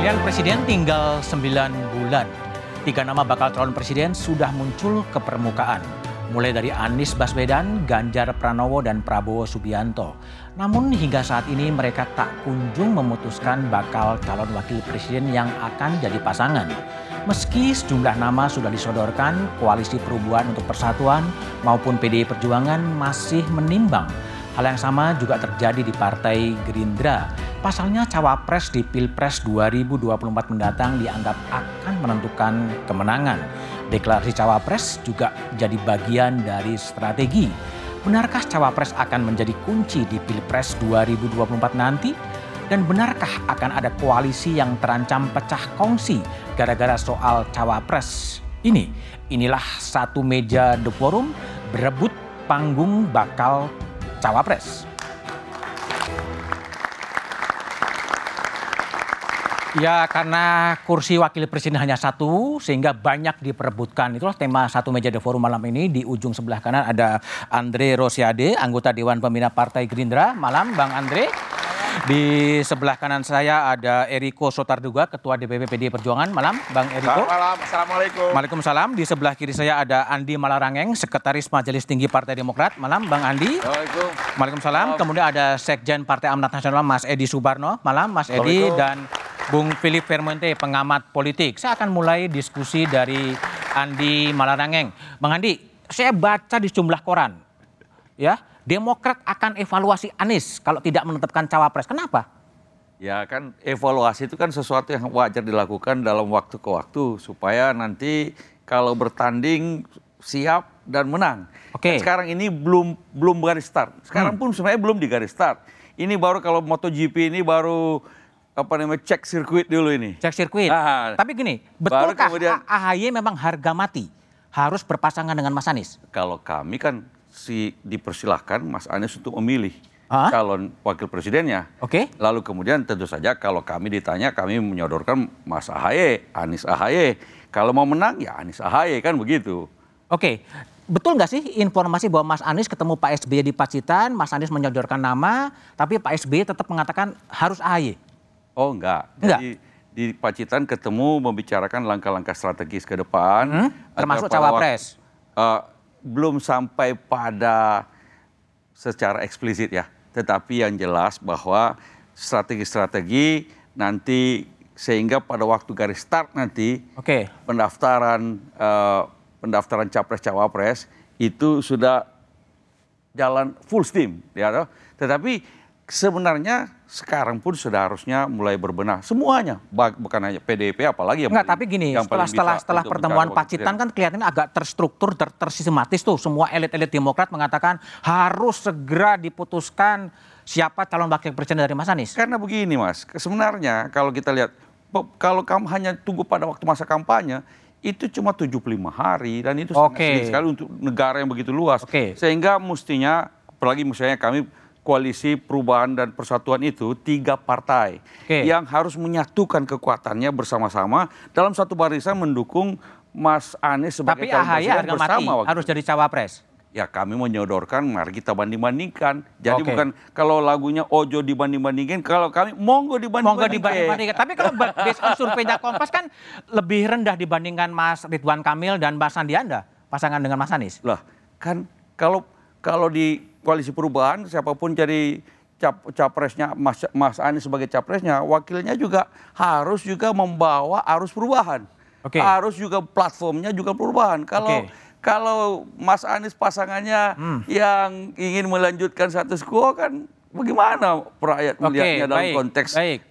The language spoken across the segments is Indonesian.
Pemilihan presiden tinggal 9 bulan. 3 nama bakal calon presiden sudah muncul ke permukaan. Mulai dari Anies Baswedan, Ganjar Pranowo, dan Prabowo Subianto. Namun hingga saat ini mereka tak kunjung memutuskan bakal calon wakil presiden yang akan jadi pasangan. Meski sejumlah nama sudah disodorkan, Koalisi Perubahan untuk Persatuan maupun PDI Perjuangan masih menimbang. Hal yang sama juga terjadi di Partai Gerindra. Pasalnya cawapres di Pilpres 2024 mendatang dianggap akan menentukan kemenangan. Deklarasi cawapres juga jadi bagian dari strategi. Benarkah cawapres akan menjadi kunci di Pilpres 2024 nanti? Dan benarkah akan ada koalisi yang terancam pecah kongsi gara-gara soal cawapres ini? Inilah satu meja The Forum berebut panggung bakal cawapres. Ya, karena kursi wakil presiden hanya satu sehingga banyak diperebutkan. Itulah tema satu meja The Forum malam ini. Di ujung sebelah kanan ada Andre Rosiade, anggota Dewan Pembina Partai Gerindra. Malam Bang Andre. Di sebelah kanan saya ada Eriko Sotarduga, Ketua DPP PDI Perjuangan. Malam Bang Eriko. Malam, Assalamualaikum. Waalaikumsalam. Di sebelah kiri saya ada Andi Malarangeng, Sekretaris Majelis Tinggi Partai Demokrat. Malam Bang Andi. Waalaikumsalam. Kemudian ada Sekjen Partai Amanat Nasional Mas Edi Subarno. Malam Mas Edi. Dan Bung Philip Vermonte, pengamat politik. Saya akan mulai diskusi dari Andi Malarangeng. Bang Andi, saya baca di sejumlah koran, ya, Demokrat akan evaluasi Anies kalau tidak menetapkan cawapres. Kenapa? Ya kan evaluasi itu kan sesuatu yang wajar dilakukan dalam waktu ke waktu supaya nanti kalau bertanding siap dan menang. Oke. Sekarang ini belum garis start. Sekarang pun sebenarnya belum di garis start. Ini baru kalau MotoGP ini baru cek sirkuit dulu ini. Cek sirkuit. Tapi gini, betulkah AHY memang harga mati harus berpasangan dengan Mas Anies? Kalau kami kan dipersilahkan Mas Anies untuk memilih calon wakil presidennya. Oke. Lalu kemudian tentu saja kalau kami ditanya, kami menyodorkan Mas AHY, Anies AHY. Kalau mau menang ya Anies AHY, kan begitu. Oke. Betul nggak sih informasi bahwa Mas Anies ketemu Pak SBY di Pacitan, Mas Anies menyodorkan nama, tapi Pak SBY tetap mengatakan harus AHY? Oh enggak. Jadi di Pacitan ketemu membicarakan langkah-langkah strategis ke depan. Termasuk cawapres? Belum sampai pada secara eksplisit ya. Tetapi yang jelas bahwa strategi-strategi nanti sehingga pada waktu garis start nanti pendaftaran capres-cawapres itu sudah jalan full steam. Ya, tetapi sebenarnya sekarang pun sudah harusnya mulai berbenah semuanya, bukan hanya PDIP apalagi yang enggak, tapi gini, setelah pertemuan Pacitan kan kelihatannya agak terstruktur, tersistematis tuh. Semua elit-elit Demokrat mengatakan harus segera diputuskan siapa calon wakil presiden dari Mas Anies. Karena begini Mas, sebenarnya kalau kita lihat, kalau kamu hanya tunggu pada waktu masa kampanye, itu cuma 75 hari dan itu sangat sedikit sekali untuk negara yang begitu luas. Sehingga mestinya, apalagi misalnya kami Koalisi Perubahan dan Persatuan itu 3 partai yang harus menyatukan kekuatannya bersama-sama dalam satu barisan mendukung Mas Anies sebagai calon presiden bersama. Harus jadi cawapres. Ya kami menyodorkan, mari kita banding-bandingkan. Jadi bukan kalau lagunya Ojo dibanding-bandingin, kalau kami monggo dibanding-bandingkan. Tapi kalau based on surveinya Kompas kan lebih rendah dibandingkan Mas Ridwan Kamil dan Mbak Sandianda, pasangan dengan Mas Anies. Lah kan kalau di Koalisi Perubahan, siapapun jadi capresnya, Mas Anies sebagai capresnya, wakilnya juga harus juga membawa arus perubahan. Harus juga platformnya juga perubahan. Kalau Mas Anies pasangannya yang ingin melanjutkan status quo, kan bagaimana rakyat melihatnya dalam konteks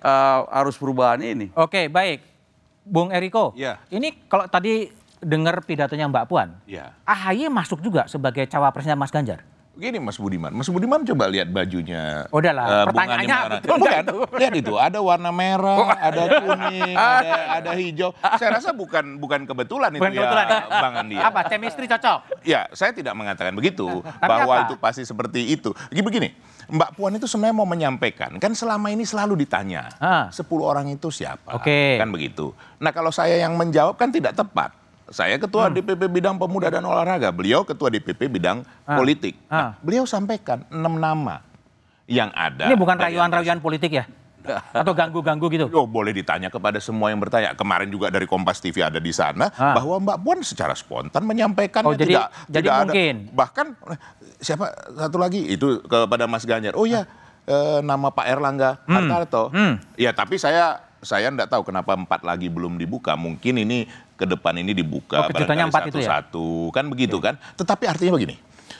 arus perubahan ini? Oke, baik. Bung Eriko, ini kalau tadi dengar pidatonya Mbak Puan, AHY masuk juga sebagai cawapresnya Mas Ganjar. Begini Mas Budiman coba lihat bajunya. Udahlah, pertanyaannya bukan. Lihat itu, ada warna merah, ada kuning, ada hijau. Saya rasa bukan kebetulan itu ya, Bang Andi. Apa, chemistry cocok? Ya, saya tidak mengatakan begitu, bahwa itu pasti seperti itu. Begini, Mbak Puan itu sebenarnya mau menyampaikan, kan selama ini selalu ditanya, 10 orang itu siapa? Kan begitu. Nah kalau saya yang menjawab kan tidak tepat. Saya ketua DPP bidang pemuda dan olahraga, beliau ketua DPP bidang politik. Nah, beliau sampaikan 6 nama yang ada. Ini bukan rayuan-rayuan politik ya? Atau ganggu-ganggu gitu? Oh, boleh ditanya kepada semua yang bertanya. Kemarin juga dari Kompas TV ada di sana, bahwa Mbak Puan secara spontan menyampaikannya jadi mungkin. Bahkan siapa satu lagi itu kepada Mas Ganjar. Oh ya, nama Pak Erlangga Hartarto. Ya, tapi saya enggak tahu kenapa 4 lagi belum dibuka. Mungkin ini ke depan ini dibuka barangkali satu-satu, kan begitu kan. Tetapi artinya begini,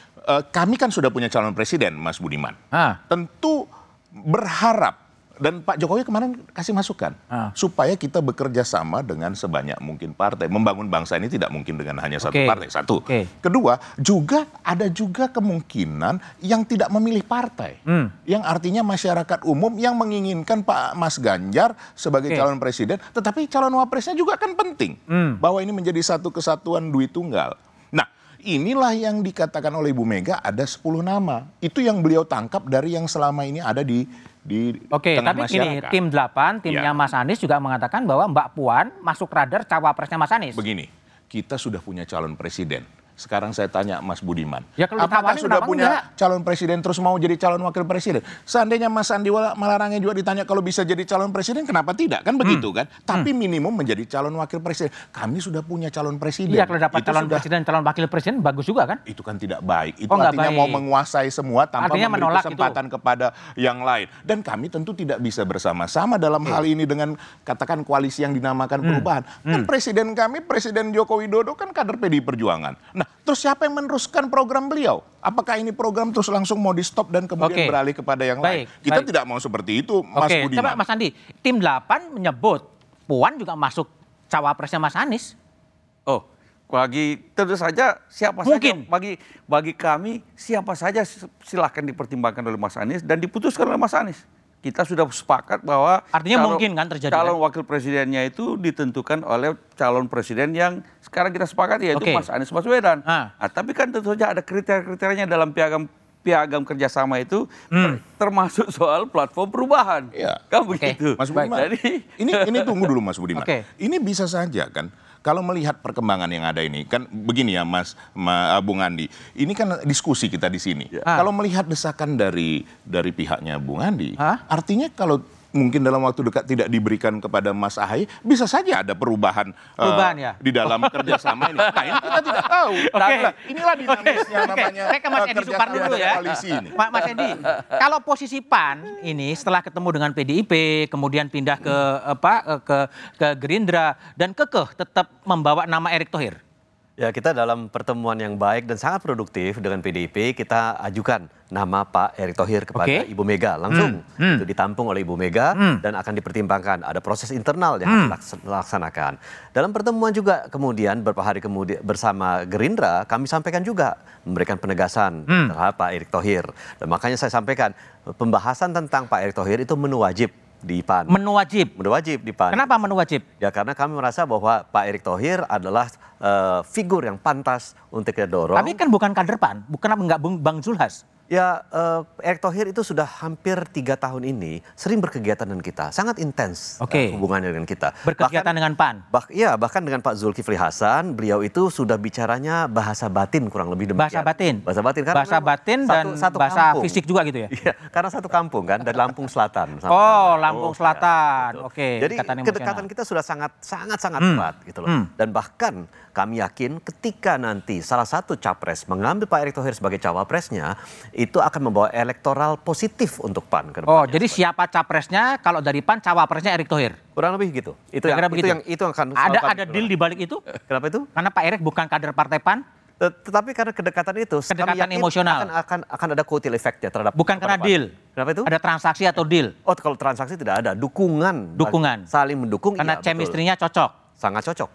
kami kan sudah punya calon presiden, Mas Budiman. Tentu berharap, dan Pak Jokowi kemarin kasih masukan, supaya kita bekerja sama dengan sebanyak mungkin partai. Membangun bangsa ini tidak mungkin dengan hanya satu partai. Satu. Kedua, ada juga kemungkinan yang tidak memilih partai. Yang artinya masyarakat umum yang menginginkan Pak Mas Ganjar sebagai calon presiden, tetapi calon wapresnya juga kan penting. Bahwa ini menjadi satu kesatuan duit tunggal. Nah, inilah yang dikatakan oleh Ibu Mega ada 10 nama. Itu yang beliau tangkap dari yang selama ini ada di tengah tapi masyarakat. Gini, tim 8, timnya Mas Anies juga mengatakan bahwa Mbak Puan masuk radar cawapresnya Mas Anies. Begini, kita sudah punya calon presiden. Sekarang saya tanya Mas Budiman, ya, kalau apakah sudah punya calon presiden terus mau jadi calon wakil presiden? Seandainya Mas Andi Malarangeng juga ditanya kalau bisa jadi calon presiden, kenapa tidak? Kan begitu kan? Tapi minimum menjadi calon wakil presiden. Kami sudah punya calon presiden. Iya, kalau dapat calon presiden, calon wakil presiden bagus juga kan? Itu kan tidak baik. Itu artinya mau menguasai semua tanpa memberi kesempatan kepada yang lain. Dan kami tentu tidak bisa bersama-sama dalam hal ini dengan katakan koalisi yang dinamakan perubahan. Kan presiden kami, Presiden Joko Widodo kan kader PDI Perjuangan. Nah, terus siapa yang meneruskan program beliau? Apakah ini program terus langsung mau di stop dan kemudian beralih kepada yang lain? Kita tidak mau seperti itu, Mas Budiman. Coba Mas Andi, tim 8 menyebut Puan juga masuk cawapresnya Mas Anies. Oh, tentu saja siapa mungkin saja bagi kami siapa saja silahkan dipertimbangkan oleh Mas Anies dan diputuskan oleh Mas Anies. Kita sudah sepakat bahwa artinya mungkin kan terjadi calon wakil presidennya itu ditentukan oleh calon presiden yang sekarang kita sepakati, yaitu Mas Anies Baswedan. Tapi kan tentu saja ada kriteria-kriterianya dalam piagam kerjasama itu, termasuk soal platform perubahan. Kan begitu. Mas Budiman, ini tunggu dulu Mas Budiman. Ini bisa saja kan, kalau melihat perkembangan yang ada ini, kan begini ya Mas Bung Andi, ini kan diskusi kita di sini. Kalau melihat desakan dari pihaknya Bung Andi, artinya kalau mungkin dalam waktu dekat tidak diberikan kepada Mas Ahaye, bisa saja ada perubahan di dalam kerjasama ini. Nah, ini kita tidak tahu. Inilah dinamisnya namanya saya ke Mas Edi Suparno dulu ya. Mas Edi, kalau posisi PAN ini setelah ketemu dengan PDIP, kemudian pindah ke Gerindra dan kekeh tetap membawa nama Erick Thohir. Ya, kita dalam pertemuan yang baik dan sangat produktif dengan PDIP, kita ajukan nama Pak Erick Thohir kepada Ibu Mega langsung. Itu ditampung oleh Ibu Mega dan akan dipertimbangkan. Ada proses internal yang harus dilaksanakan. Dalam pertemuan juga kemudian beberapa hari kemudian bersama Gerindra, kami sampaikan juga memberikan penegasan terhadap Pak Erick Thohir. Dan makanya saya sampaikan pembahasan tentang Pak Erick Thohir itu menu wajib di PAN. Menu wajib di PAN. Kenapa menu wajib? Ya karena kami merasa bahwa Pak Erick Thohir adalah figur yang pantas untuk kita dorong. Tapi kan bukan kader PAN, enggak Bang Zulhas. Ya, Erick Thohir itu sudah hampir 3 tahun ini sering berkegiatan dengan kita, sangat intens hubungannya dengan kita. Berkegiatan dengan PAN? Bahkan dengan Pak Zulkifli Hasan, beliau itu sudah bicaranya bahasa batin kurang lebih demikian. Bahasa batin karena bahasa batin dan satu bahasa kampung. fisik juga gitu ya? Iya, karena satu kampung kan, dari Lampung Selatan. Lampung Selatan. Jadi kedekatan kita sudah sangat erat gitu loh. Dan bahkan kami yakin ketika nanti salah satu capres mengambil Pak Erick Thohir sebagai cawapresnya, itu akan membawa elektoral positif untuk PAN ke depannya. Jadi siapa capresnya kalau dari PAN cawapresnya Erick Thohir? Kurang lebih gitu. Itu yang akan ada deal di balik itu? Kenapa itu? Karena Pak Erick bukan kader Partai PAN. Tetapi karena kedekatan itu, kedekatan emosional akan ada kutil efek ya terhadap. Bukan karena deal. Kenapa itu? Ada transaksi atau deal? Kalau transaksi tidak ada, dukungan. Saling mendukung. Karena chemistry-nya cocok. Sangat cocok.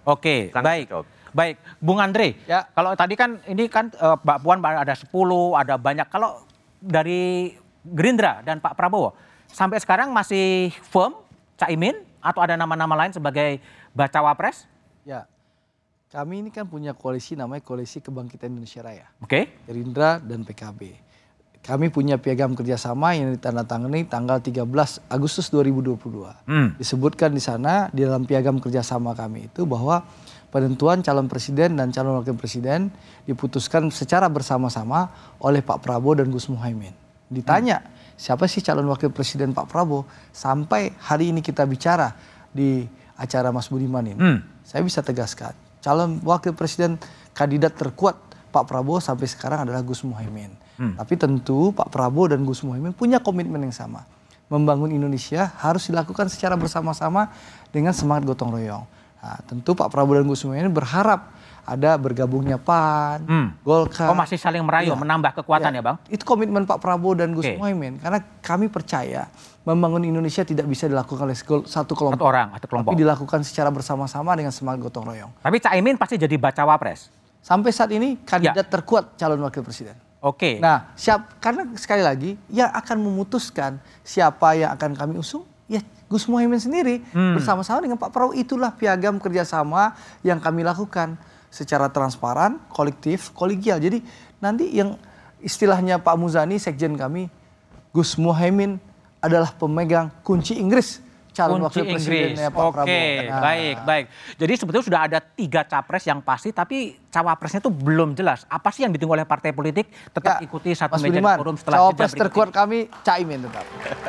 Baik, Bung Andre, kalau tadi kan ini kan Mbak Puan ada 10, ada banyak. Kalau dari Gerindra dan Pak Prabowo, sampai sekarang masih firm Caimin atau ada nama-nama lain sebagai bacawa pres? Ya, kami ini kan punya koalisi namanya Koalisi Kebangkitan Indonesia Raya. Gerindra dan PKB. Kami punya piagam kerjasama yang ditandatangani tanggal 13 Agustus 2022. Disebutkan di sana, di dalam piagam kerjasama kami itu bahwa penentuan calon presiden dan calon wakil presiden diputuskan secara bersama-sama oleh Pak Prabowo dan Gus Muhaimin. Ditanya siapa sih calon wakil presiden Pak Prabowo. Sampai hari ini kita bicara di acara Mas Budiman ini, saya bisa tegaskan calon wakil presiden kandidat terkuat Pak Prabowo sampai sekarang adalah Gus Muhaimin. Tapi tentu Pak Prabowo dan Gus Muhaimin punya komitmen yang sama. Membangun Indonesia harus dilakukan secara bersama-sama dengan semangat gotong royong. Nah, tentu Pak Prabowo dan Gus Muhaimin berharap ada bergabungnya PAN, Golkar. Oh, masih saling merayu, menambah kekuatan ya Bang? Itu komitmen Pak Prabowo dan Gus Muhaimin. Karena kami percaya membangun Indonesia tidak bisa dilakukan oleh satu kelompok. Satu orang atau kelompok. Tapi dilakukan secara bersama-sama dengan semangat gotong royong. Tapi Caimin pasti jadi bacawa pres? Sampai saat ini kandidat terkuat calon wakil presiden. Oke. Nah, karena sekali lagi yang akan memutuskan siapa yang akan kami usung, ya Gus Muhaimin sendiri bersama-sama dengan Pak Prabowo. Itulah piagam kerjasama yang kami lakukan secara transparan, kolektif, kolegial. Jadi nanti yang istilahnya Pak Muzani, sekjen kami, Gus Muhaimin adalah pemegang kunci Inggris calon wakil presidennya Pak Prabowo. Oke, baik. Jadi sebetulnya sudah ada 3 capres yang pasti, tapi cawapresnya itu belum jelas. Apa sih yang ditunggu oleh partai politik? Tetap ikuti satu meja forum setelah cawapres terkuat kami Caimin tetap.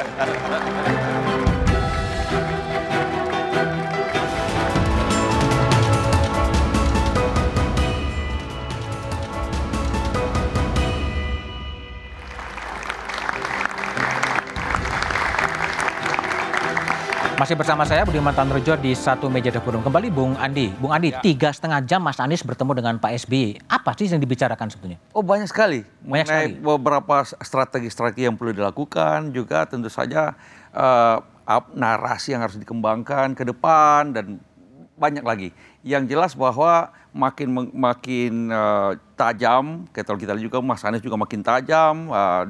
Masih bersama saya Budiman Tanrujo di satu meja forum. Kembali Bung Andi. Bung Andi, 3,5 jam Mas Anies bertemu dengan Pak SBY. Apa sih yang dibicarakan sebetulnya? Oh, banyak sekali. Banyak sekali. Beberapa strategi-strategi yang perlu dilakukan, juga tentu saja narasi yang harus dikembangkan ke depan dan banyak lagi. Yang jelas bahwa makin tajam, kalau kita lihat juga Mas Anies juga makin tajam,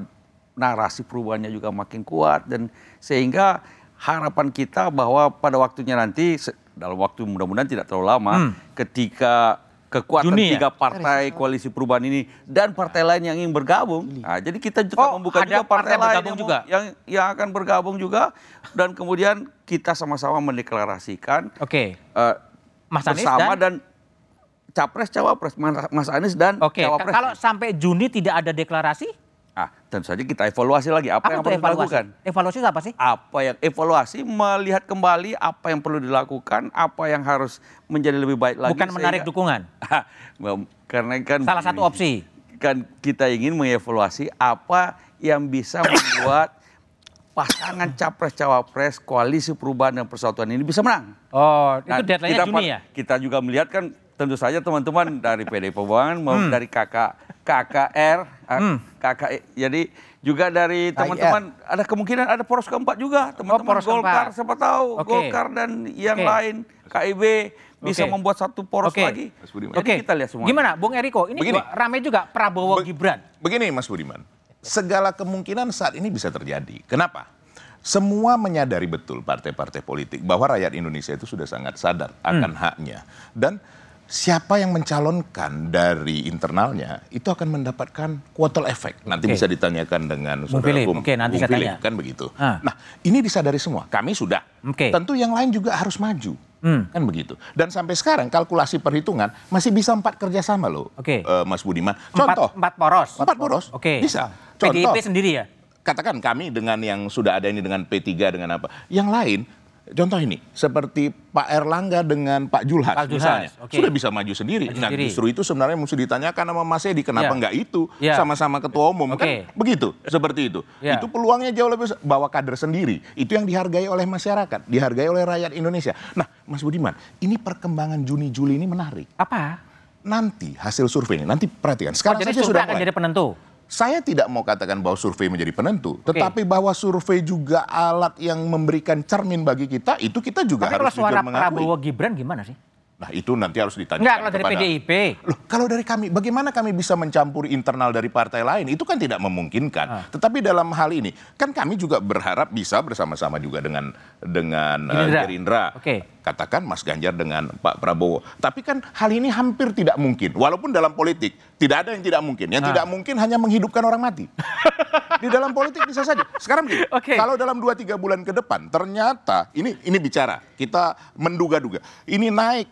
narasi perubahannya juga makin kuat, dan sehingga harapan kita bahwa pada waktunya nanti, dalam waktu mudah-mudahan tidak terlalu lama, ketika kekuatan tiga partai koalisi perubahan ini dan partai lain yang ingin bergabung, nah, jadi kita juga membuka juga partai lain yang akan bergabung juga, dan kemudian kita sama-sama mendeklarasikan Mas Anies bersama dan capres cawapres Mas Anies dan cawapres. Kalau sampai Juni tidak ada deklarasi? Tentu saja kita evaluasi lagi apa yang perlu dilakukan. Evaluasi apa sih? Evaluasi melihat kembali apa yang perlu dilakukan, apa yang harus menjadi lebih baik lagi. Bukan menarik dukungan. Karena kan salah satu opsi. Kan kita ingin mengevaluasi apa yang bisa membuat pasangan capres-cawapres Koalisi Perubahan dan Persatuan ini bisa menang. Oh, itu deadline-nya Juni ya? Kita juga melihat kan tentu saja teman-teman dari PDI Perjuangan, dari KKR, jadi juga dari teman-teman ada kemungkinan ada poros keempat juga, teman-teman Golkar, siapa tahu Golkar dan yang lain, KIB bisa membuat satu poros lagi. Jadi kita lihat semua. Gimana Bung Eriko? Ini ramai juga Prabowo Gibran. Begini Mas Budiman, segala kemungkinan saat ini bisa terjadi. Kenapa? Semua menyadari betul partai-partai politik bahwa rakyat Indonesia itu sudah sangat sadar akan haknya. Dan siapa yang mencalonkan dari internalnya itu akan mendapatkan kuotal efek. Nanti bisa ditanyakan dengan saudara Bung Philip, kan begitu. Nah, ini disadari semua. Kami sudah. Tentu yang lain juga harus maju. Kan begitu. Dan sampai sekarang kalkulasi perhitungan masih bisa 4 kerjasama loh, Mas Budiman. Contoh. 4 poros. 4 poros. Bisa. Contoh, PDIP sendiri ya? Katakan kami dengan yang sudah ada ini dengan P3 dengan apa. Yang lain, contoh ini, seperti Pak Erlangga dengan Pak Julhas misalnya, sudah bisa maju sendiri. Nah justru itu sebenarnya mesti ditanyakan sama Mas Edi, kenapa enggak itu sama-sama ketua umum, kan begitu, seperti itu. Itu peluangnya jauh lebih besar, bawa kader sendiri. Itu yang dihargai oleh masyarakat, dihargai oleh rakyat Indonesia. Nah Mas Budiman, ini perkembangan Juni-Juli ini menarik. Apa? Nanti hasil survei ini, nanti perhatikan. Sekarang jadi saja sudah akan jadi penentu. Saya tidak mau katakan bahwa survei menjadi penentu, tetapi bahwa survei juga alat yang memberikan cermin bagi kita, itu kita juga harus jujur mengakui. Tapi kalau suara Prabowo Gibran gimana sih? Nah itu nanti harus ditanyakan. Enggak, kalau dari PDIP. Loh, kalau dari kami, bagaimana kami bisa mencampuri internal dari partai lain? Itu kan tidak memungkinkan. Tetapi dalam hal ini, kan kami juga berharap bisa bersama-sama juga dengan Gerindra. Katakan Mas Ganjar dengan Pak Prabowo. Tapi kan hal ini hampir tidak mungkin. Walaupun dalam politik, tidak ada yang tidak mungkin. Yang tidak mungkin hanya menghidupkan orang mati. Di dalam politik bisa saja. Sekarang begini, kalau dalam 2-3 bulan ke depan, ternyata, ini bicara, kita menduga-duga. Ini naik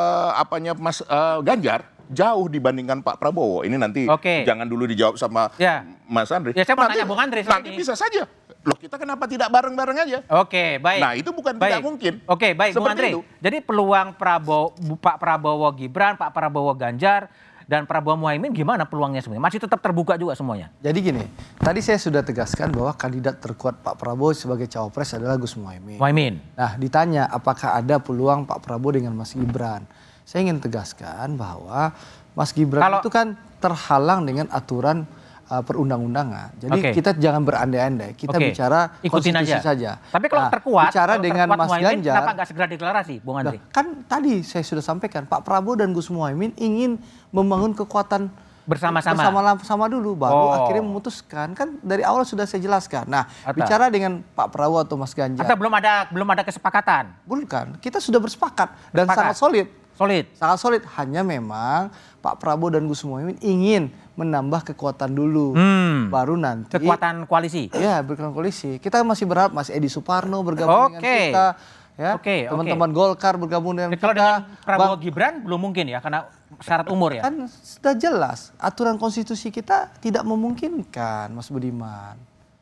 Mas Ganjar jauh dibandingkan Pak Prabowo. Ini nanti jangan dulu dijawab sama Mas Andri. Ya saya mau tanya Bung Andri. Nanti bisa saja Loh kita kenapa tidak bareng-bareng aja? Oke, baik. Nah itu bukan baik. tidak mungkin. Oke, baik Bung Andre. Jadi peluang Pak Prabowo Gibran, Pak Prabowo Ganjar, dan Prabowo Muhaimin gimana peluangnya sebenarnya? Masih tetap terbuka juga semuanya? Jadi gini, tadi saya sudah tegaskan bahwa kandidat terkuat Pak Prabowo sebagai cawapres adalah Gus Muhaimin. Nah ditanya apakah ada peluang Pak Prabowo dengan Mas Gibran. Saya ingin tegaskan bahwa Mas Gibran itu kan terhalang dengan aturan perundang-undangan. Jadi kita jangan berandai-andai, kita bicara konstitusi saja. Tapi kalau terkuat, bicara dengan Mas Ganjar, kenapa nggak segera deklarasi, Bung Andri? Kan tadi saya sudah sampaikan, Pak Prabowo dan Gus Muhaimin ingin membangun kekuatan bersama-sama dulu, baru akhirnya memutuskan. Kan dari awal sudah saya jelaskan. Nah, bicara dengan Pak Prabowo atau Mas Ganjar. Atau belum ada kesepakatan? Bukan, kita sudah bersepakat dan sangat solid. Sangat solid, hanya memang Pak Prabowo dan Gus Muhaimin ingin menambah kekuatan dulu, baru nanti kekuatan koalisi. Ya, kekuatan koalisi. Kita masih berharap Mas Edi Suparno bergabung dengan kita, ya. Teman-teman Golkar bergabung dengan kalau dengan Prabowo Gibran belum mungkin ya, karena syarat umur ya. Kan sudah jelas aturan konstitusi kita tidak memungkinkan, Mas Budiman.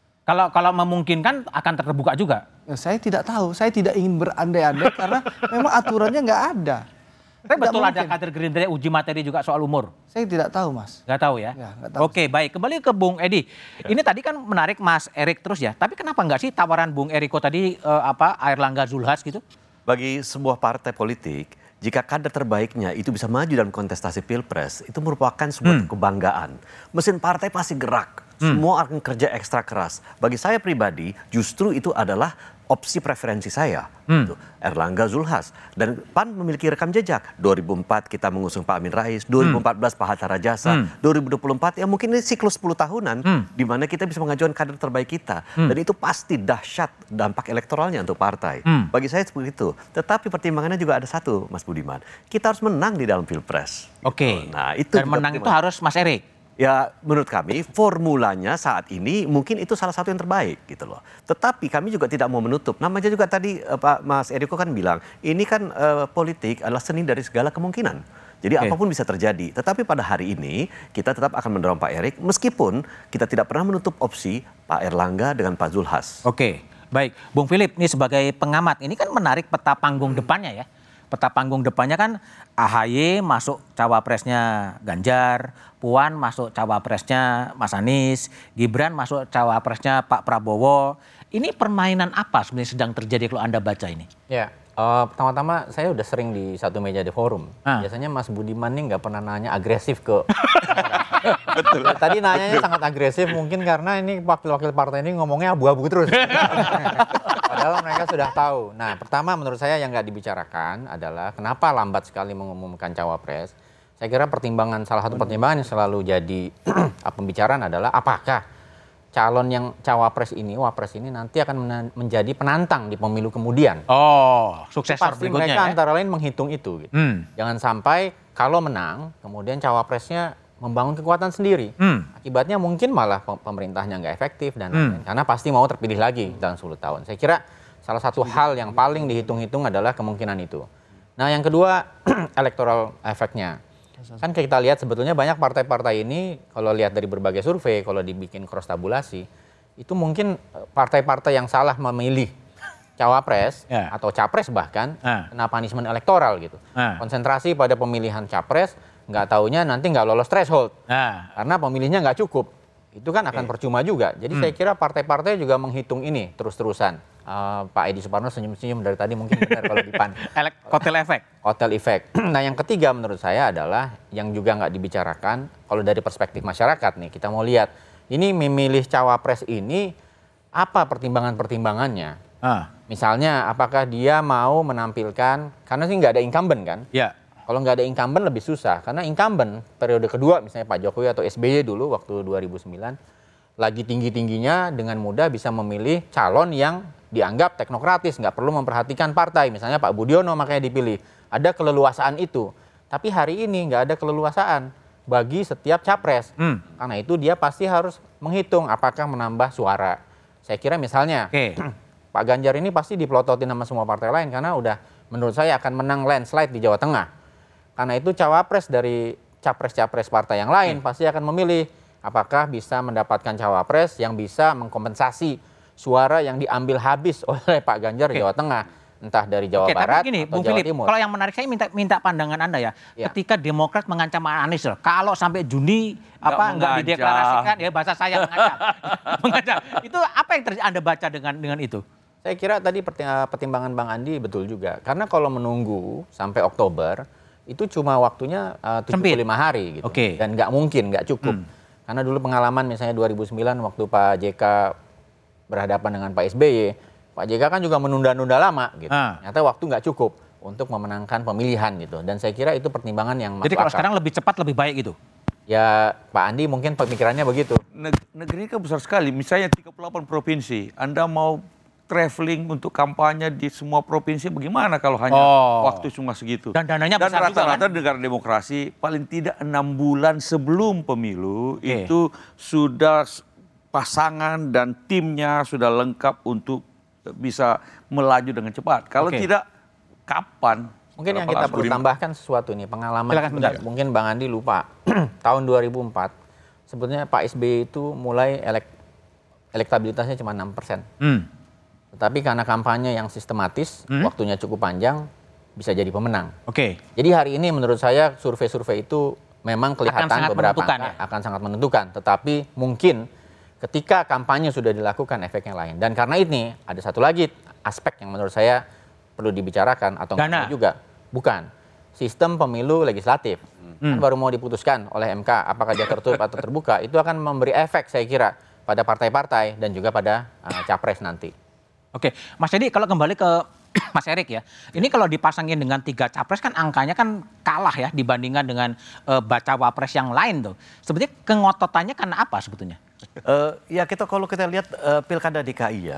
Kalau memungkinkan akan terbuka juga. Ya, saya tidak tahu, saya tidak ingin berandai-andai karena memang aturannya nggak ada. Tapi betul ada kader Gerindra uji materi juga soal umur? Saya tidak tahu, Mas. Nggak tahu ya? Nggak tahu. Oke, baik. Kembali ke Bung Edi. Ini tadi kan menarik Mas Erik terus ya. Tapi kenapa nggak sih tawaran Bung Eriko tadi Airlangga Zulhas gitu? Bagi sebuah partai politik, jika kader terbaiknya itu bisa maju dalam kontestasi Pilpres, itu merupakan sebuah kebanggaan. Mesin partai pasti gerak. Semua akan kerja ekstra keras. Bagi saya pribadi, justru itu adalah opsi preferensi saya, Airlangga Zulhas. Dan PAN memiliki rekam jejak. 2004 kita mengusung Pak Amin Rais, 2014 Pak Hatta Rajasa, 2024 ya mungkin ini siklus 10 tahunan di mana kita bisa mengajukan kader terbaik kita. Dan itu pasti dahsyat dampak elektoralnya untuk partai. Bagi saya seperti itu. Tetapi pertimbangannya juga ada satu, Mas Budiman. Kita harus menang di dalam Pilpres. Nah, itu dan menang itu harus Mas Erik. Ya menurut kami formulanya saat ini mungkin itu salah satu yang terbaik gitu loh. Tetapi kami juga tidak mau menutup. Namanya juga tadi Pak Mas Eriko kan bilang ini kan politik adalah seni dari segala kemungkinan. Jadi apapun bisa terjadi. Tetapi pada hari ini kita tetap akan mendorong Pak Erik meskipun kita tidak pernah menutup opsi Pak Airlangga dengan Pak Zulhas. Oke, baik. Bung Philip ini sebagai pengamat ini kan menarik peta panggung depannya ya. Peta panggung depannya kan AHY masuk cawapresnya Ganjar, Puan masuk cawapresnya Mas Anies, Gibran masuk cawapresnya Pak Prabowo. Ini permainan apa sebenarnya sedang terjadi kalau Anda baca ini? Ya, pertama-tama saya udah sering di satu meja di forum. Biasanya Mas Budiman nih nggak pernah nanya agresif ke Betul. Tadi nanyanya sangat agresif mungkin karena ini wakil-wakil partai ini ngomongnya abu-abu terus. Padahal mereka sudah tahu. Nah, pertama menurut saya yang nggak dibicarakan adalah kenapa lambat sekali mengumumkan cawapres. Saya kira salah satu pertimbangan yang selalu jadi pembicaraan adalah apakah calon yang wapres ini nanti akan menjadi penantang di pemilu kemudian. Suksesor pasti berikutnya mereka ya? Antara lain menghitung itu. Gitu. Jangan sampai kalau menang, kemudian cawapresnya membangun kekuatan sendiri. Akibatnya mungkin malah pemerintahnya nggak efektif dan lain-lain. Karena pasti mau terpilih lagi dalam 10 tahun. Saya kira salah satu hal yang paling dihitung-hitung adalah kemungkinan itu. Nah yang kedua, electoral efeknya. Kan kita lihat sebetulnya banyak partai-partai ini, kalau lihat dari berbagai survei, kalau dibikin cross tabulasi, itu mungkin partai-partai yang salah memilih cawapres atau capres bahkan, kena punishment elektoral gitu. Konsentrasi pada pemilihan capres, nggak taunya nanti nggak lolos threshold. Karena pemilihnya nggak cukup. Itu kan akan percuma juga. Jadi saya kira partai-partai juga menghitung ini terus-terusan. Pak Edi Suparno senyum-senyum dari tadi mungkin benar kalau di PAN. Kotel efek. Kotel efek. Nah yang ketiga menurut saya adalah yang juga nggak dibicarakan. Kalau dari perspektif masyarakat nih kita mau lihat. Ini memilih cawapres ini apa pertimbangan-pertimbangannya. Misalnya apakah dia mau menampilkan, karena sih nggak ada incumbent kan. Kalau nggak ada incumbent lebih susah. Karena incumbent periode kedua misalnya Pak Jokowi atau SBY dulu waktu 2009. Lagi tinggi-tingginya dengan mudah bisa memilih calon yang dianggap teknokratis, nggak perlu memperhatikan partai. Misalnya Pak Budiono makanya dipilih. Ada keleluasaan itu. Tapi hari ini nggak ada keleluasaan bagi setiap capres. Karena itu dia pasti harus menghitung apakah menambah suara. Saya kira misalnya Pak Ganjar ini pasti dipelototin sama semua partai lain karena udah menurut saya akan menang landslide di Jawa Tengah. Karena itu cawapres dari capres-capres partai yang lain pasti akan memilih apakah bisa mendapatkan cawapres yang bisa mengkompensasi suara yang diambil habis oleh Pak Ganjar Jawa Tengah, entah dari Jawa Barat tapi gini, atau Bung Jawa Philip, Timur. kalau yang menarik saya minta pandangan Anda ya. Ketika Demokrat mengancam Anies, kalau sampai Juni nggak dideklarasikan, ya bahasa saya mengancam. Itu apa yang Anda baca dengan itu? Saya kira tadi pertimbangan Bang Andi betul juga. Karena kalau menunggu sampai Oktober, itu cuma waktunya 75 hari gitu. Dan nggak mungkin, nggak cukup. Karena dulu pengalaman misalnya 2009 waktu Pak JK berhadapan dengan Pak SBY, Pak JK kan juga menunda-nunda lama gitu. Ternyata waktu nggak cukup untuk memenangkan pemilihan gitu. Dan saya kira itu pertimbangan yang masuk akal. Jadi kalau sekarang lebih cepat lebih baik gitu? Ya Pak Andi mungkin pemikirannya begitu. Negeri ini kan besar sekali. Misalnya 38 provinsi. Anda mau traveling untuk kampanye di semua provinsi bagaimana kalau hanya waktu cuma segitu. Dan dananya besar juga kan? Dan rata-rata negara demokrasi paling tidak 6 bulan sebelum pemilu itu sudah pasangan dan timnya sudah lengkap untuk bisa melaju dengan cepat. Kalau tidak, kapan? Mungkin yang kita perlu tambahkan sesuatu nih, pengalaman. Mungkin Bang Andi lupa, tahun 2004, sebetulnya Pak SBY itu mulai elektabilitasnya cuma 6%. Tetapi karena kampanye yang sistematis, waktunya cukup panjang, bisa jadi pemenang. Jadi hari ini menurut saya survei-survei itu memang kelihatan beberapa akan sangat menentukan. Tetapi mungkin ketika kampanye sudah dilakukan efek yang lain. Dan karena ini ada satu lagi aspek yang menurut saya perlu dibicarakan atau enggak juga. Bukan. Sistem pemilu legislatif. Kan baru mau diputuskan oleh MK apakah dia tertutup atau terbuka. Itu akan memberi efek saya kira pada partai-partai dan juga pada capres nanti. Mas Edi, kalau kembali ke Mas Erik ya, ini kalau dipasangin dengan 3 capres kan angkanya kan kalah ya dibandingkan dengan bacawa pres yang lain tuh. Sebetulnya kengototannya karena apa sebetulnya? Ya kalau kita lihat Pilkada DKI ya,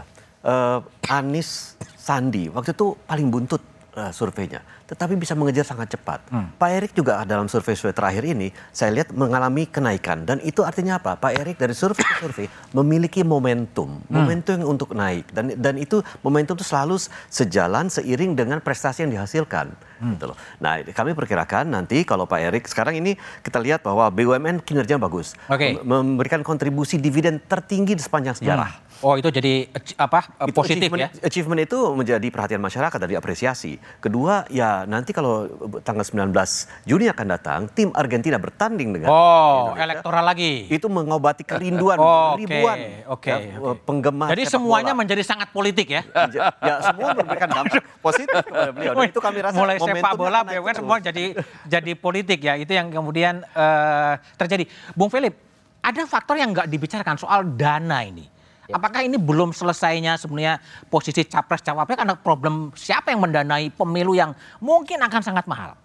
Anies Sandi waktu itu paling buntut surveinya, tetapi bisa mengejar sangat cepat. Pak Erik juga dalam survei-survei terakhir ini saya lihat mengalami kenaikan, dan itu artinya apa? Pak Erik dari survei ke survei memiliki momentum yang untuk naik, dan itu momentum itu selalu sejalan seiring dengan prestasi yang dihasilkan. Gitu loh. Nah, kami perkirakan nanti kalau Pak Erik sekarang ini kita lihat bahwa BUMN kinerja bagus, memberikan kontribusi dividen tertinggi di sepanjang sejarah. Itu jadi positif ya? Achievement itu menjadi perhatian masyarakat dan diapresiasi. Kedua, ya nanti kalau tanggal 19 Juni akan datang, tim Argentina bertanding dengan Indonesia. Elektoral lagi. Itu mengobati kerinduan ribuan penggemar. Jadi semuanya menjadi sangat politik ya? Ya, semua memberikan dampak positif kepada beliau. Dan itu kami rasa mulai sepak bola, BUMN semua jadi politik ya. Itu yang kemudian terjadi. Bung Philip, ada faktor yang nggak dibicarakan soal dana ini. Apakah ini belum selesainya sebenarnya posisi capres-cawapres karena problem siapa yang mendanai pemilu yang mungkin akan sangat mahal?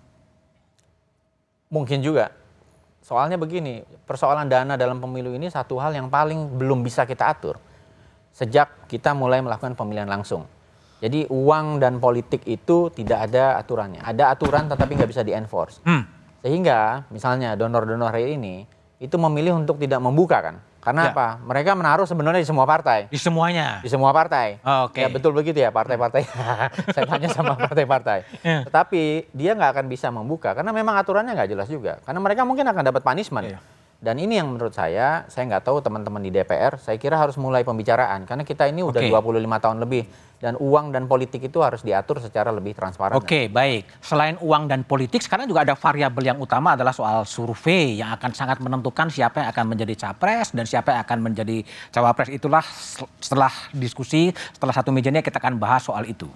Mungkin juga. Soalnya begini, persoalan dana dalam pemilu ini satu hal yang paling belum bisa kita atur. Sejak kita mulai melakukan pemilihan langsung. Jadi uang dan politik itu tidak ada aturannya. Ada aturan tetapi nggak bisa di-enforce. Sehingga misalnya donor-donor hari ini itu memilih untuk tidak membuka kan. Karena apa? Mereka menaruh sebenarnya di semua partai. Di semuanya? Di semua partai. Ya betul begitu ya partai-partai. Saya tanya sama partai-partai. Tetapi dia nggak akan bisa membuka karena memang aturannya nggak jelas juga. Karena mereka mungkin akan dapat punishment. Dan ini yang menurut saya nggak tahu teman-teman di DPR, saya kira harus mulai pembicaraan. Karena kita ini udah 25 tahun lebih. Dan uang dan politik itu harus diatur secara lebih transparan. Baik. Selain uang dan politik, sekarang juga ada variabel yang utama adalah soal survei yang akan sangat menentukan siapa yang akan menjadi capres dan siapa yang akan menjadi cawapres. Itulah setelah diskusi, setelah satu meja ini kita akan bahas soal itu.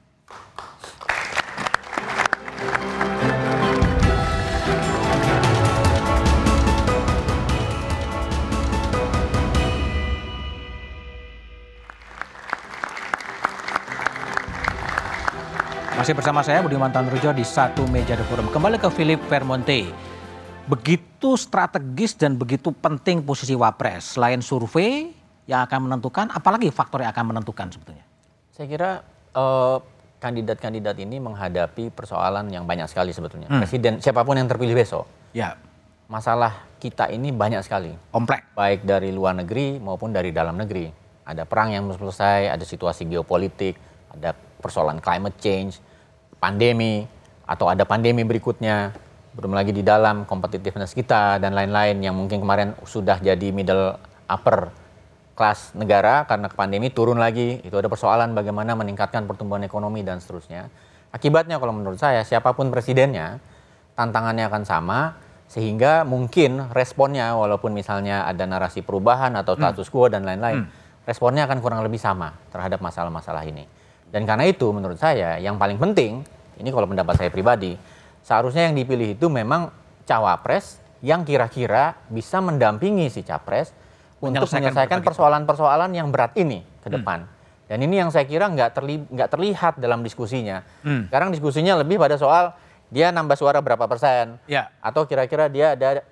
Masih bersama saya Budiman Tanrujo di Satu Meja The Forum. Kembali ke Philip Vermonte. Begitu strategis dan begitu penting posisi wapres. Selain survei yang akan menentukan, apalagi faktor yang akan menentukan sebetulnya? Saya kira kandidat-kandidat ini menghadapi persoalan yang banyak sekali sebetulnya. Presiden siapapun yang terpilih besok. Masalah kita ini banyak sekali. Kompleks. Baik dari luar negeri maupun dari dalam negeri. Ada perang yang belum selesai, ada situasi geopolitik, ada persoalan climate change, pandemi, atau ada pandemi berikutnya, belum lagi di dalam competitiveness kita dan lain-lain yang mungkin kemarin sudah jadi middle upper kelas negara karena pandemi turun lagi. Itu ada persoalan bagaimana meningkatkan pertumbuhan ekonomi dan seterusnya. Akibatnya kalau menurut saya siapapun presidennya tantangannya akan sama sehingga mungkin responnya walaupun misalnya ada narasi perubahan atau status quo dan lain-lain, responnya akan kurang lebih sama terhadap masalah-masalah ini. Dan karena itu menurut saya yang paling penting, ini kalau pendapat saya pribadi, seharusnya yang dipilih itu memang cawapres yang kira-kira bisa mendampingi si capres untuk menyelesaikan persoalan-persoalan yang berat ini ke depan. Dan ini yang saya kira nggak terlihat dalam diskusinya. Sekarang diskusinya lebih pada soal dia nambah suara berapa persen, atau kira-kira dia ada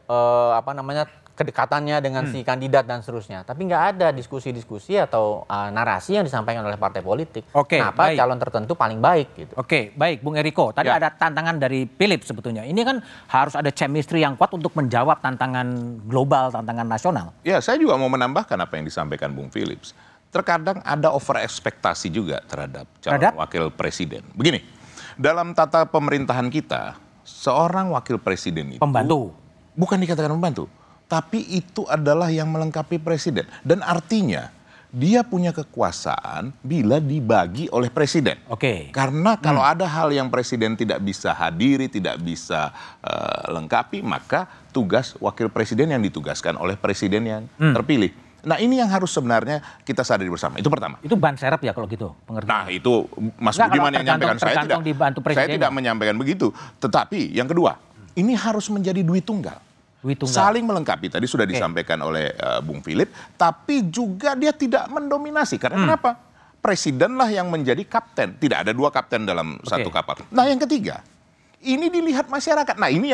kedekatannya dengan si kandidat dan seterusnya. Tapi nggak ada diskusi-diskusi atau narasi yang disampaikan oleh partai politik. Kenapa calon tertentu paling baik gitu. Oke, baik Bung Eriko. Tadi ada tantangan dari Philip sebetulnya. Ini kan harus ada chemistry yang kuat untuk menjawab tantangan global, tantangan nasional. Ya, saya juga mau menambahkan apa yang disampaikan Bung Philips. Terkadang ada over ekspektasi juga terhadap calon wakil presiden. Begini, dalam tata pemerintahan kita, seorang wakil presiden itu pembantu. Bukan dikatakan pembantu, tapi itu adalah yang melengkapi presiden. Dan artinya dia punya kekuasaan bila dibagi oleh presiden. Karena kalau ada hal yang presiden tidak bisa hadiri, tidak bisa lengkapi, maka tugas wakil presiden yang ditugaskan oleh presiden yang terpilih. Nah ini yang harus sebenarnya kita sadari bersama. Itu pertama. Itu ban serep ya kalau gitu pengertian. Nah itu Mas Budiman yang menyampaikan, saya tidak menyampaikan begitu. Tetapi yang kedua, ini harus menjadi duit tunggal. Saling melengkapi, tadi sudah disampaikan oleh Bung Philip, tapi juga dia tidak mendominasi. Karena kenapa? Presiden lah yang menjadi kapten. Tidak ada dua kapten dalam satu kapal. Nah yang ketiga, ini dilihat masyarakat. Nah ini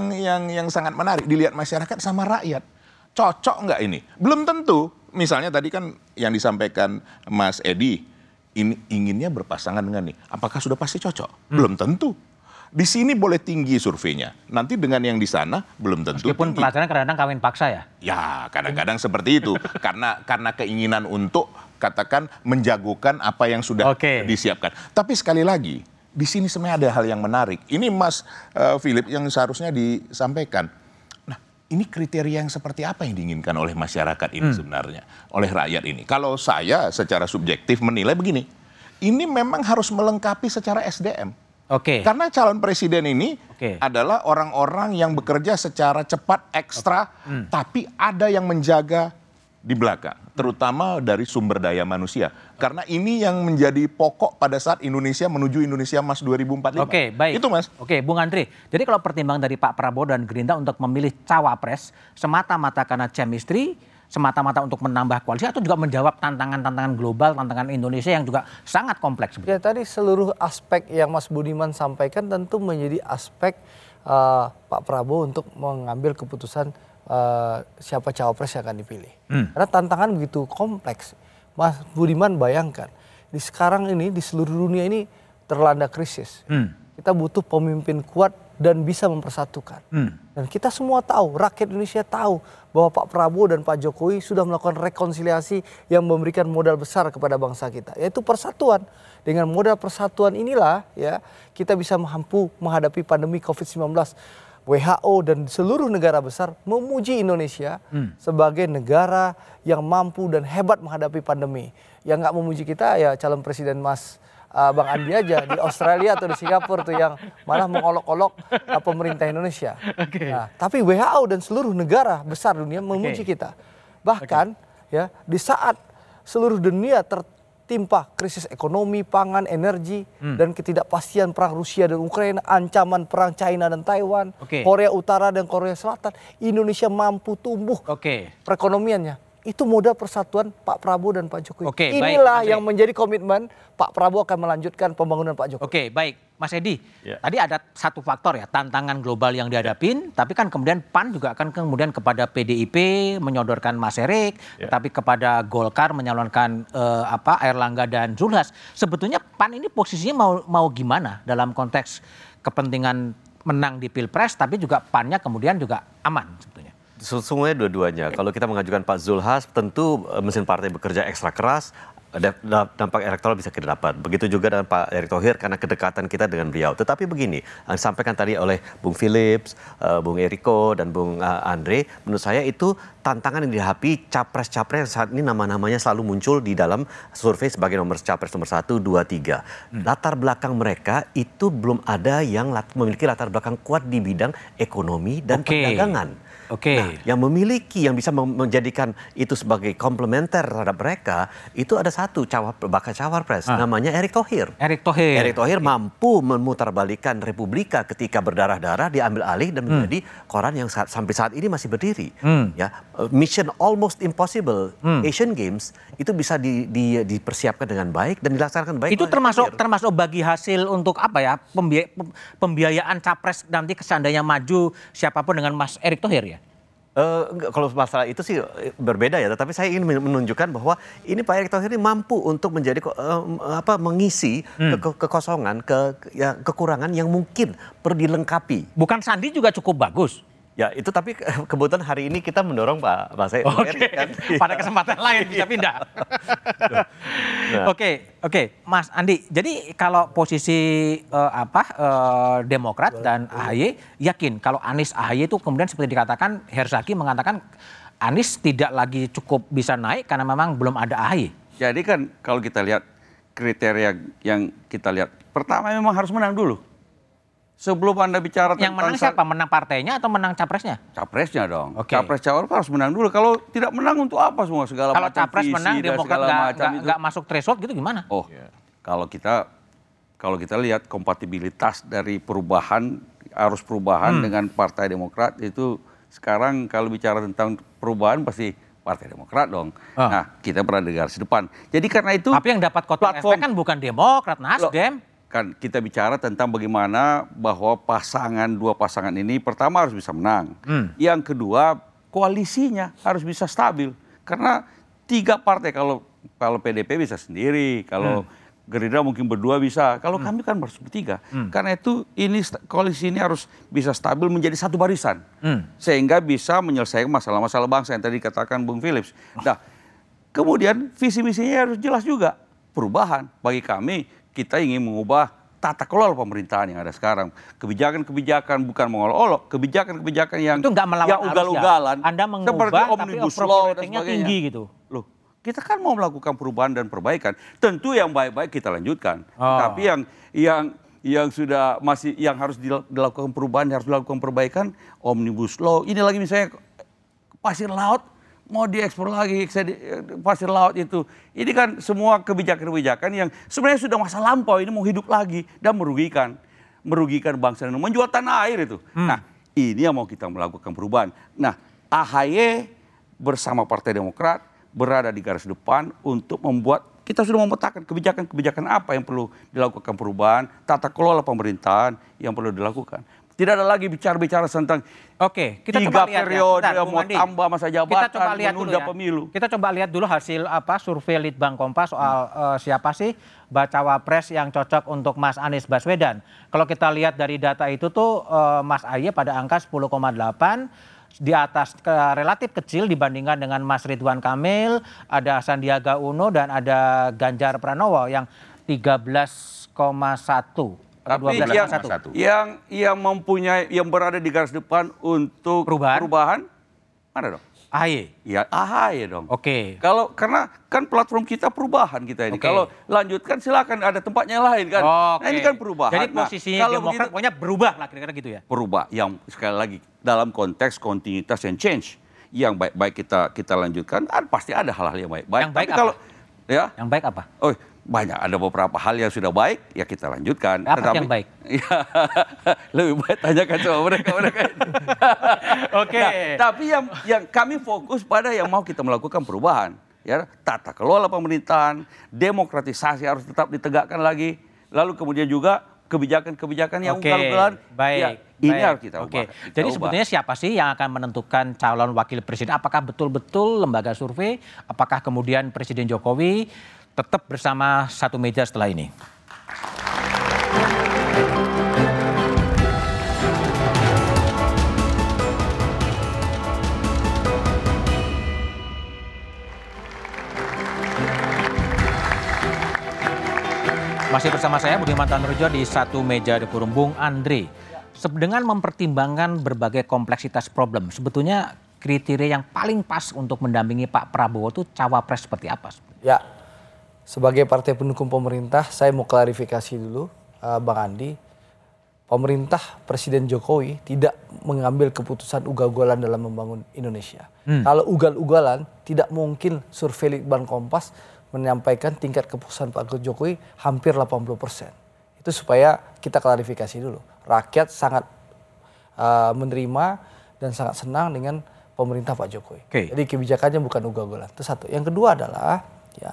yang sangat menarik, dilihat masyarakat sama rakyat. Cocok nggak ini? Belum tentu. Misalnya tadi kan yang disampaikan Mas Edi, ini inginnya berpasangan dengan nih. Apakah sudah pasti cocok? Belum tentu. Di sini boleh tinggi surveinya. Nanti dengan yang di sana belum tentu. Meskipun pelajaran kadang-kadang kawin paksa ya? Ya, kadang-kadang seperti itu. Karena keinginan untuk katakan menjagokan apa yang sudah disiapkan. Tapi sekali lagi, di sini sebenarnya ada hal yang menarik. Ini Mas Philip yang seharusnya disampaikan. Ini kriteria yang seperti apa yang diinginkan oleh masyarakat ini sebenarnya, oleh rakyat ini. Kalau saya secara subjektif menilai begini, ini memang harus melengkapi secara SDM. Karena calon presiden ini adalah orang-orang yang bekerja secara cepat, ekstra, tapi ada yang menjaga di belakang, terutama dari sumber daya manusia. Karena ini yang menjadi pokok pada saat Indonesia menuju Indonesia Emas 2045. Baik. Itu Mas. Bung Andre. Jadi kalau pertimbangan dari Pak Prabowo dan Gerindra untuk memilih cawapres semata-mata karena chemistry, semata-mata untuk menambah koalisi atau juga menjawab tantangan-tantangan global, tantangan Indonesia yang juga sangat kompleks. Ya tadi seluruh aspek yang Mas Budiman sampaikan tentu menjadi aspek Pak Prabowo untuk mengambil keputusan siapa cawapres yang akan dipilih. Karena tantangan begitu kompleks. Mas Budiman bayangkan, di sekarang ini di seluruh dunia ini terlanda krisis. Kita butuh pemimpin kuat dan bisa mempersatukan. Dan kita semua tahu, rakyat Indonesia tahu bahwa Pak Prabowo dan Pak Jokowi sudah melakukan rekonsiliasi yang memberikan modal besar kepada bangsa kita, yaitu persatuan. Dengan modal persatuan inilah ya kita bisa mampu menghadapi pandemi COVID-19. WHO dan seluruh negara besar memuji Indonesia sebagai negara yang mampu dan hebat menghadapi pandemi. Yang nggak memuji kita ya calon presiden Mas Bang Andi aja di Australia atau di Singapura tuh yang malah mengolok-olok pemerintah Indonesia. Nah, tapi WHO dan seluruh negara besar dunia memuji kita. Bahkan ya di saat seluruh dunia tertimpa krisis ekonomi, pangan, energi, dan ketidakpastian perang Rusia dan Ukraina, ancaman perang China dan Taiwan, Korea Utara dan Korea Selatan, Indonesia mampu tumbuh perekonomiannya. Itu modal persatuan Pak Prabowo dan Pak Jokowi. Inilah yang menjadi komitmen Pak Prabowo akan melanjutkan pembangunan Pak Jokowi. Baik. Mas Edi, tadi ada satu faktor ya, tantangan global yang dihadapin, tapi kan kemudian PAN juga akan kemudian kepada PDIP menyodorkan Mas Erik, tapi kepada Golkar menyalonkan Airlangga dan Zulhas. Sebetulnya PAN ini posisinya mau gimana dalam konteks kepentingan menang di Pilpres, tapi juga PAN-nya kemudian juga aman sebetulnya. Sesungguhnya dua-duanya. Kalau kita mengajukan Pak Zulhas, tentu mesin partai bekerja ekstra keras, dampak elektoral bisa kita dapat. Begitu juga dengan Pak Erick Thohir karena kedekatan kita dengan beliau. Tetapi begini, yang disampaikan tadi oleh Bung Philips, Bung Eriko, dan Bung Andre, menurut saya itu tantangan yang dihadapi capres-capres yang saat ini nama-namanya selalu muncul di dalam survei sebagai capres nomor 1, 2, 3. Latar belakang mereka itu belum ada yang memiliki latar belakang kuat di bidang ekonomi dan perdagangan. Nah, yang memiliki, yang bisa menjadikan itu sebagai komplementer terhadap mereka, itu ada satu bakal cawapres, namanya Erick Thohir. Erick Thohir mampu memutarbalikkan Republika ketika berdarah-darah, diambil alih dan menjadi koran yang sampai saat ini masih berdiri. Ya, mission almost impossible, Asian Games itu bisa dipersiapkan dengan baik dan dilaksanakan baik. Itu termasuk bagi hasil untuk apa ya, pembiayaan capres nanti seandainya maju siapapun dengan Mas Erick Thohir ya? Kalau masalah itu sih berbeda ya, tetapi saya ingin menunjukkan bahwa ini Pak Erick Thohir ini mampu untuk menjadi mengisi kekosongan, kekurangan yang mungkin perlu dilengkapi. Bukan Sandi juga cukup bagus. Ya itu, tapi kebetulan hari ini kita mendorong Pak Erick. Kan? Pada kesempatan lain bisa pindah. Oke, Mas Andi. Jadi kalau posisi Demokrat dan AHY, yakin kalau Anies AHY itu kemudian seperti dikatakan Herzaki mengatakan Anies tidak lagi cukup bisa naik karena memang belum ada AHY. Jadi kan kalau kita lihat kriteria yang kita lihat, pertama memang harus menang dulu. Sebelum Anda bicara yang menang siapa? Menang partainya atau menang capresnya? Capresnya dong. Capres cawapres harus menang dulu. Kalau tidak menang untuk apa semua segala macam visi. Kalau capres menang, Demokrat nggak masuk threshold gitu gimana? Kalau kita lihat kompatibilitas dari arus perubahan dengan Partai Demokrat itu sekarang kalau bicara tentang perubahan pasti Partai Demokrat dong. Nah, kita berada di garis depan. Jadi karena itu. Tapi yang dapat kotak efek kan bukan Demokrat, Nasdem. Kan kita bicara tentang bagaimana bahwa dua pasangan ini pertama harus bisa menang. Yang kedua, koalisinya harus bisa stabil. Karena 3 partai, kalau PDP bisa sendiri, kalau Gerindra mungkin berdua bisa, kalau kami kan harus bertiga. Karena itu koalisi ini harus bisa stabil menjadi satu barisan. Sehingga bisa menyelesaikan masalah-masalah bangsa yang tadi dikatakan Bung Philips. Nah, kemudian visi misinya harus jelas juga. Perubahan bagi kami, kita ingin mengubah tata kelola pemerintahan yang ada sekarang. Kebijakan-kebijakan bukan mengolok-olok, kebijakan-kebijakan yang itu nggak melawan ugal-ugalan. Anda mengubah seperti Omnibus Law dan sebagainya. Tinggi gitu. Loh, kita kan mau melakukan perubahan dan perbaikan. Tentu yang baik-baik kita lanjutkan. Tapi yang sudah yang harus dilakukan perubahan, harus dilakukan perbaikan, Omnibus Law. Ini lagi misalnya pasir laut mau diekspor lagi pasir laut itu. Ini kan semua kebijakan-kebijakan yang sebenarnya sudah masa lampau, ini mau hidup lagi dan merugikan bangsa dan menjual tanah air itu. Nah, ini yang mau kita melakukan perubahan. Nah, AHY bersama Partai Demokrat berada di garis depan untuk membuat, kita sudah memetakan kebijakan-kebijakan apa yang perlu dilakukan perubahan, tata kelola pemerintahan yang perlu dilakukan. Tidak ada lagi bicara tentang kita 3 coba lihat periode, ya. mau tambah masa jabatan, menunda pemilu. Kita coba lihat dulu hasil survei Litbang Kompas soal siapa sih bacawa pres yang cocok untuk Mas Anies Baswedan. Kalau kita lihat dari data itu tuh Mas AHY pada angka 10,8, di atas relatif kecil dibandingkan dengan Mas Ridwan Kamil, ada Sandiaga Uno dan ada Ganjar Pranowo yang 13,1. Tapi yang berada di garis depan untuk perubahan mana dong? AHY. Ya AHY dong. Kalau karena kan platform kita perubahan kita ini. Kalau lanjutkan silakan, ada tempatnya lain kan. Nah, ini kan perubahan. Jadi posisinya Demokrat pokoknya berubah lah kira-kira gitu ya. Berubah yang sekali lagi dalam konteks kontinuitas and change. Yang baik-baik kita lanjutkan, pasti ada hal-hal yang baik-baik. Yang baik apa? Yang baik apa? Banyak, ada beberapa hal yang sudah baik, ya kita lanjutkan. Apa yang baik? Lebih baik tanyakan sama mereka. Nah, tapi yang kami fokus pada yang mau kita melakukan perubahan. Ya, tata kelola pemerintahan, demokratisasi harus tetap ditegakkan lagi. Lalu kemudian juga kebijakan-kebijakan yang ugal-ugalan. Ini harus kita ubah. Jadi sebetulnya siapa sih yang akan menentukan calon wakil presiden? Apakah betul-betul lembaga survei? Apakah kemudian Presiden Jokowi? Tetap bersama satu meja setelah ini. Masih bersama saya Budiman Tanurjo di satu meja The Forum. Bung Andre, dengan mempertimbangkan berbagai kompleksitas problem, sebetulnya kriteria yang paling pas untuk mendampingi Pak Prabowo itu cawapres seperti apa? Ya, sebagai partai pendukung pemerintah, saya mau klarifikasi dulu, Bang Andi. Pemerintah Presiden Jokowi tidak mengambil keputusan ugal-ugalan dalam membangun Indonesia. Kalau ugal-ugalan, tidak mungkin survei Litbang Kompas menyampaikan tingkat kepuasan Pak Jokowi hampir 80%. Itu supaya kita klarifikasi dulu. Rakyat sangat menerima dan sangat senang dengan pemerintah Pak Jokowi. Jadi kebijakannya bukan ugal-ugalan. Itu satu. Yang kedua adalah ya,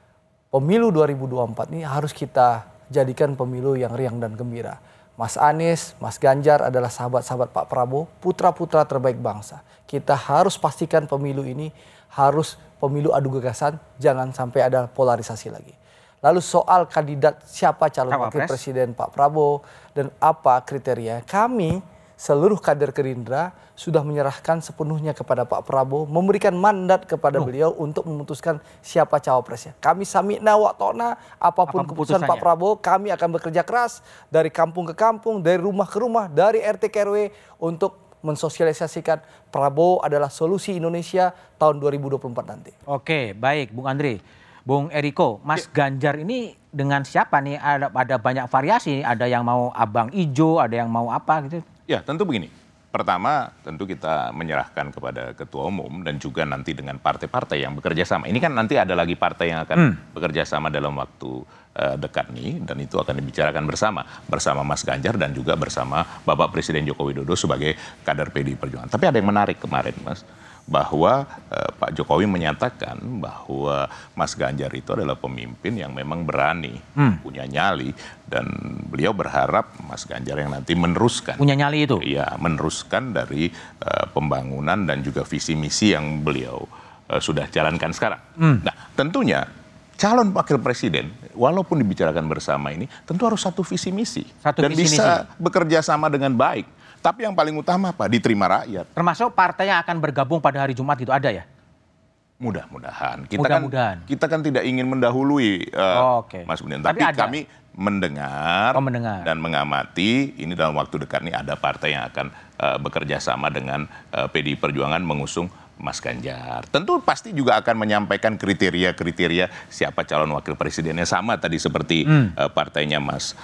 pemilu 2024 ini harus kita jadikan pemilu yang riang dan gembira. Mas Anies, Mas Ganjar adalah sahabat-sahabat Pak Prabowo, putra-putra terbaik bangsa. Kita harus pastikan pemilu ini harus pemilu adu gagasan, jangan sampai ada polarisasi lagi. Lalu soal kandidat siapa calon wakil presiden Pak Prabowo dan apa kriteria, kami seluruh kader Gerindra sudah menyerahkan sepenuhnya kepada Pak Prabowo, memberikan mandat kepada beliau untuk memutuskan siapa cawapresnya. Kami sami'na wa ta'na, apapun keputusan Pak Prabowo, kami akan bekerja keras dari kampung ke kampung, dari rumah ke rumah, dari RT ke RW untuk mensosialisasikan Prabowo adalah solusi Indonesia tahun 2024 nanti. Oke, baik Bung Andri. Bung Eriko, Mas Ganjar ini dengan siapa nih? Ada banyak variasi, ada yang mau abang ijo, ada yang mau apa gitu. Ya, tentu begini. Pertama, tentu kita menyerahkan kepada Ketua Umum dan juga nanti dengan partai-partai yang bekerja sama. Ini kan nanti ada lagi partai yang akan bekerja sama dalam waktu dekat nih, dan itu akan dibicarakan bersama Mas Ganjar dan juga bersama Bapak Presiden Joko Widodo sebagai kader PDI Perjuangan. Tapi ada yang menarik kemarin, Mas, bahwa Pak Jokowi menyatakan bahwa Mas Ganjar itu adalah pemimpin yang memang berani, punya nyali, dan beliau berharap Mas Ganjar yang nanti meneruskan. Punya nyali itu? Iya, meneruskan dari pembangunan dan juga visi misi yang beliau sudah jalankan sekarang. Nah, tentunya calon wakil presiden, walaupun dibicarakan bersama ini, tentu harus satu visi misi dan bisa bekerja sama dengan baik. Tapi yang paling utama apa? Diterima rakyat. Termasuk partai yang akan bergabung pada hari Jumat itu ada ya? Mudah-mudahan. Kita kan tidak ingin mendahului Mas Bunian. Tapi kami mendengar dan mengamati ini dalam waktu dekat ini ada partai yang akan bekerja sama dengan PDI Perjuangan mengusung Mas Ganjar. Tentu pasti juga akan menyampaikan kriteria-kriteria siapa calon wakil presidennya, sama tadi seperti partainya Mas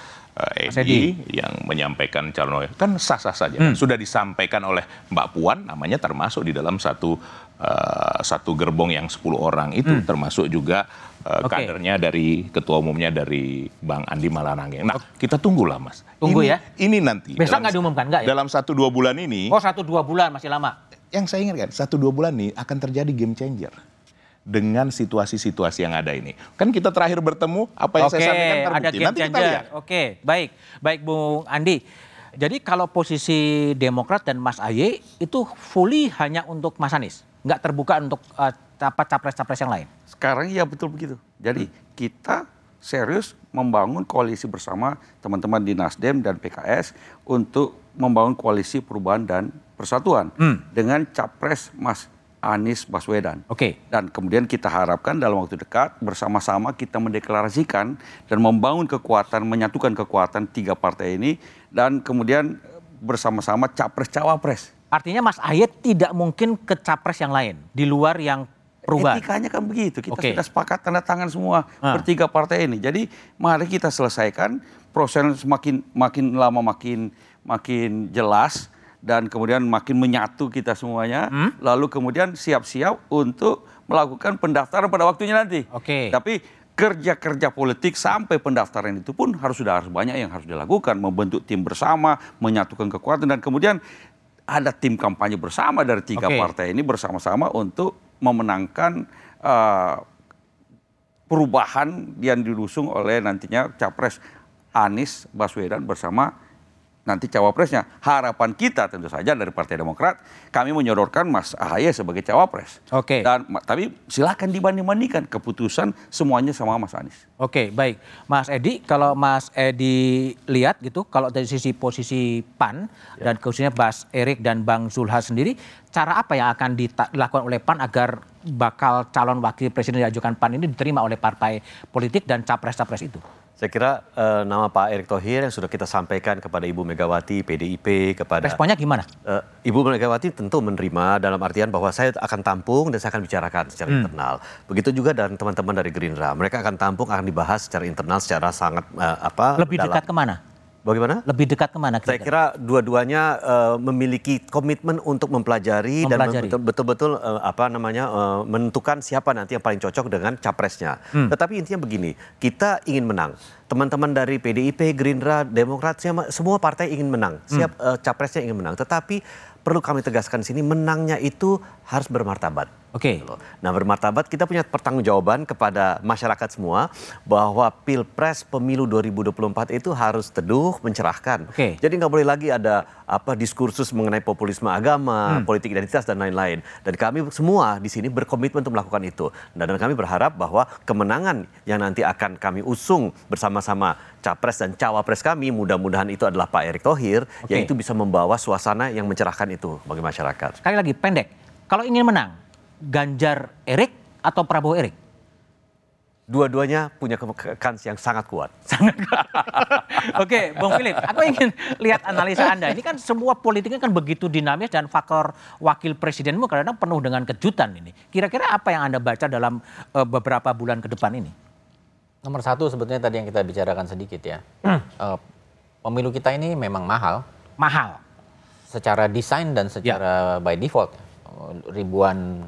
Edi yang menyampaikan calon wakil, kan sah-sah saja. Sudah disampaikan oleh Mbak Puan, namanya termasuk di dalam satu gerbong yang 10 orang itu, termasuk juga kadernya dari ketua umumnya dari Bang Andi Malarangeng. Nah, kita tunggulah, Mas. Tunggu ya. Ini nanti. Besok nggak diumumkan nggak ya? Dalam 1-2 bulan ini. Oh, 1-2 bulan masih lama. Yang saya ingatkan, 1-2 bulan ini akan terjadi game changer dengan situasi-situasi yang ada ini. Kan kita terakhir bertemu, apa yang saya sampaikan terbukti. Nanti kita lihat. Oke, baik Bung Andi. Jadi kalau posisi Demokrat dan Mas Ahy itu fully hanya untuk Mas Anies, nggak terbuka untuk capres-capres yang lain? Sekarang ya betul begitu. Jadi kita serius membangun koalisi bersama teman-teman di Nasdem dan PKS untuk membangun koalisi perubahan dan persatuan dengan capres Mas Anies Baswedan. Dan kemudian kita harapkan dalam waktu dekat bersama-sama kita mendeklarasikan dan membangun kekuatan, menyatukan kekuatan 3 partai ini dan kemudian bersama-sama capres-cawapres. Artinya Mas Ahy tidak mungkin ke capres yang lain di luar yang perubahan. Etikanya kan begitu. Kita sudah sepakat tanda tangan semua bertiga partai ini. Jadi mari kita selesaikan proses makin lama makin jelas. Dan kemudian makin menyatu kita semuanya, lalu kemudian siap-siap untuk melakukan pendaftaran pada waktunya nanti. Tapi kerja-kerja politik sampai pendaftaran itu pun harus banyak yang harus dilakukan, membentuk tim bersama, menyatukan kekuatan, dan kemudian ada tim kampanye bersama dari 3 partai ini bersama-sama untuk memenangkan perubahan yang diusung oleh nantinya capres Anies Baswedan bersama nanti cawapresnya. Harapan kita tentu saja dari Partai Demokrat, kami menyodorkan Mas Ahy sebagai cawapres. Tapi silakan dibanding-bandingkan keputusan semuanya sama Mas Anies. Baik. Mas Edi, kalau Mas Edi lihat gitu, kalau dari sisi posisi PAN dan khususnya Mas Erik dan Bang Zulhas sendiri, cara apa yang akan dilakukan oleh PAN agar bakal calon wakil presiden yang diajukan PAN ini diterima oleh partai politik dan capres-capres itu? Saya kira nama Pak Erick Thohir yang sudah kita sampaikan kepada Ibu Megawati, PDIP, kepada... Responnya gimana? Ibu Megawati tentu menerima dalam artian bahwa saya akan tampung dan saya akan bicarakan secara internal. Begitu juga dan teman-teman dari Gerindra. Mereka akan tampung, akan dibahas secara internal, secara sangat lebih dekat kemana? Bagaimana? Lebih dekat kemana? Saya kira dua-duanya memiliki komitmen untuk mempelajari. Dan betul-betul menentukan siapa nanti yang paling cocok dengan capresnya. Tetapi intinya begini, kita ingin menang. Teman-teman dari PDIP, Gerindra, Demokrat, semua partai ingin menang. Capresnya ingin menang. Tetapi perlu kami tegaskan di sini, menangnya itu harus bermartabat. Oke. Nah, bermartabat, kita punya pertanggungjawaban kepada masyarakat semua bahwa Pilpres Pemilu 2024 itu harus teduh, mencerahkan. Jadi nggak boleh lagi ada diskursus mengenai populisme agama, politik identitas dan lain-lain. Dan kami semua di sini berkomitmen untuk melakukan itu. Dan kami berharap bahwa kemenangan yang nanti akan kami usung bersama-sama capres dan cawapres kami, mudah-mudahan itu adalah Pak Erick Thohir, yang itu bisa membawa suasana yang mencerahkan itu bagi masyarakat. Sekali lagi pendek, kalau ingin menang, Ganjar Erick atau Prabowo Erick? Dua-duanya punya kans yang sangat kuat. Oke, Bung Philip, aku ingin lihat analisa Anda. Ini kan semua politiknya kan begitu dinamis dan faktor wakil presidenmu karena penuh dengan kejutan ini. Kira-kira apa yang Anda baca dalam beberapa bulan ke depan ini? Nomor satu sebetulnya tadi yang kita bicarakan sedikit ya. Pemilu kita ini memang mahal. Mahal. Secara desain dan secara by default. Ribuan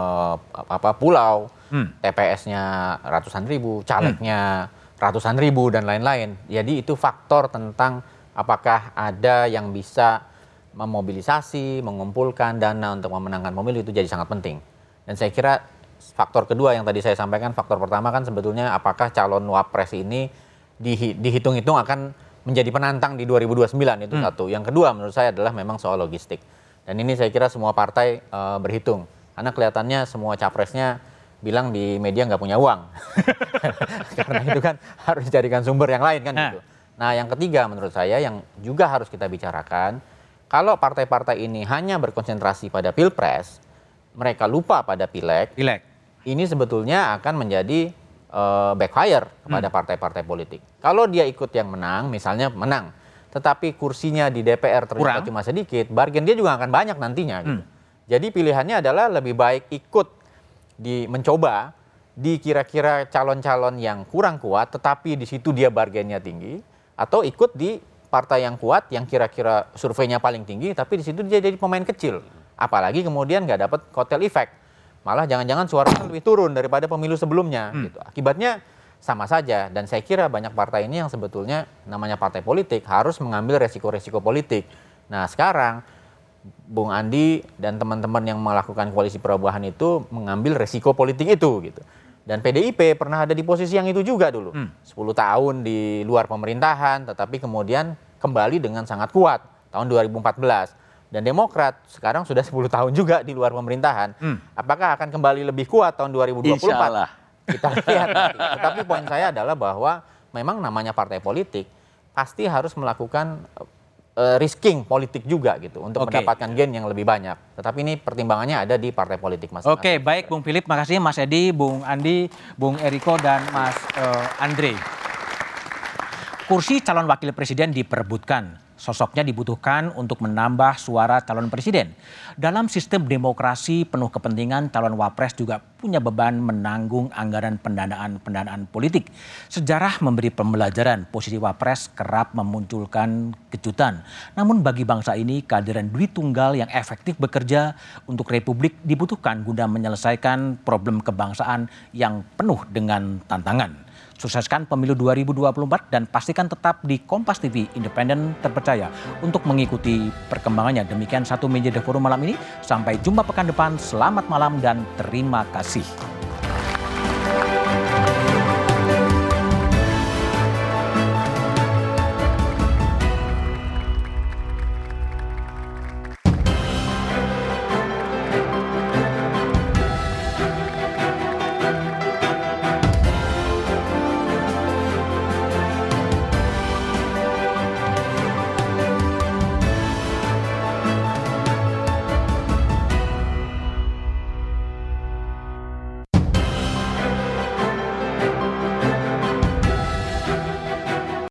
pulau, TPS-nya ratusan ribu, calegnya ratusan ribu dan lain-lain. Jadi itu faktor tentang apakah ada yang bisa memobilisasi, mengumpulkan dana untuk memenangkan pemilu, itu jadi sangat penting. Dan saya kira faktor kedua yang tadi saya sampaikan, faktor pertama kan sebetulnya apakah calon wapres ini dihitung-hitung akan menjadi penantang di 2029, itu satu. Yang kedua menurut saya adalah memang soal logistik. Dan ini saya kira semua partai berhitung. Karena kelihatannya semua capresnya bilang di media nggak punya uang. Karena itu kan harus dicarikan sumber yang lain kan gitu. Nah yang ketiga menurut saya yang juga harus kita bicarakan, kalau partai-partai ini hanya berkonsentrasi pada Pilpres, mereka lupa pada Pileg. Ini sebetulnya akan menjadi backfire kepada partai-partai politik. Kalau dia ikut yang menang, misalnya menang, tetapi kursinya di DPR ternyata cuma sedikit, bargain dia juga akan banyak nantinya. Gitu. Jadi pilihannya adalah lebih baik ikut mencoba di kira-kira calon-calon yang kurang kuat, tetapi di situ dia bargainnya tinggi, atau ikut di partai yang kuat, yang kira-kira surveinya paling tinggi, tapi di situ dia jadi pemain kecil. Apalagi kemudian nggak dapat kotel effect, malah jangan-jangan suaranya lebih turun daripada pemilu sebelumnya. Gitu. Akibatnya sama saja, dan saya kira banyak partai ini yang sebetulnya namanya partai politik harus mengambil resiko-resiko politik. Nah sekarang Bung Andi dan teman-teman yang melakukan koalisi perubahan itu mengambil resiko politik itu gitu. Dan PDIP pernah ada di posisi yang itu juga dulu. 10 tahun di luar pemerintahan, tetapi kemudian kembali dengan sangat kuat tahun 2014. Dan Demokrat sekarang sudah 10 tahun juga di luar pemerintahan. Apakah akan kembali lebih kuat tahun 2024? Insyaallah. Kita lihat nanti. Tetapi poin saya adalah bahwa memang namanya partai politik pasti harus melakukan risking politik juga gitu untuk mendapatkan gain yang lebih banyak. Tetapi ini pertimbangannya ada di partai politik masing-masing. Oke, baik Bung Philip, makasih Mas Edi, Bung Andi, Bung Eriko dan Mas Andre. Kursi calon wakil presiden diperebutkan. Sosoknya dibutuhkan untuk menambah suara calon presiden. Dalam sistem demokrasi penuh kepentingan, calon wapres juga punya beban menanggung anggaran pendanaan politik. Sejarah memberi pembelajaran, posisi wapres kerap memunculkan kejutan. Namun bagi bangsa ini, kehadiran duit tunggal yang efektif bekerja untuk Republik dibutuhkan guna menyelesaikan problem kebangsaan yang penuh dengan tantangan. Sukseskan pemilu 2024 dan pastikan tetap di Kompas TV independen terpercaya untuk mengikuti perkembangannya. Demikian Satu Meja The Forum malam ini. Sampai jumpa pekan depan. Selamat malam dan terima kasih.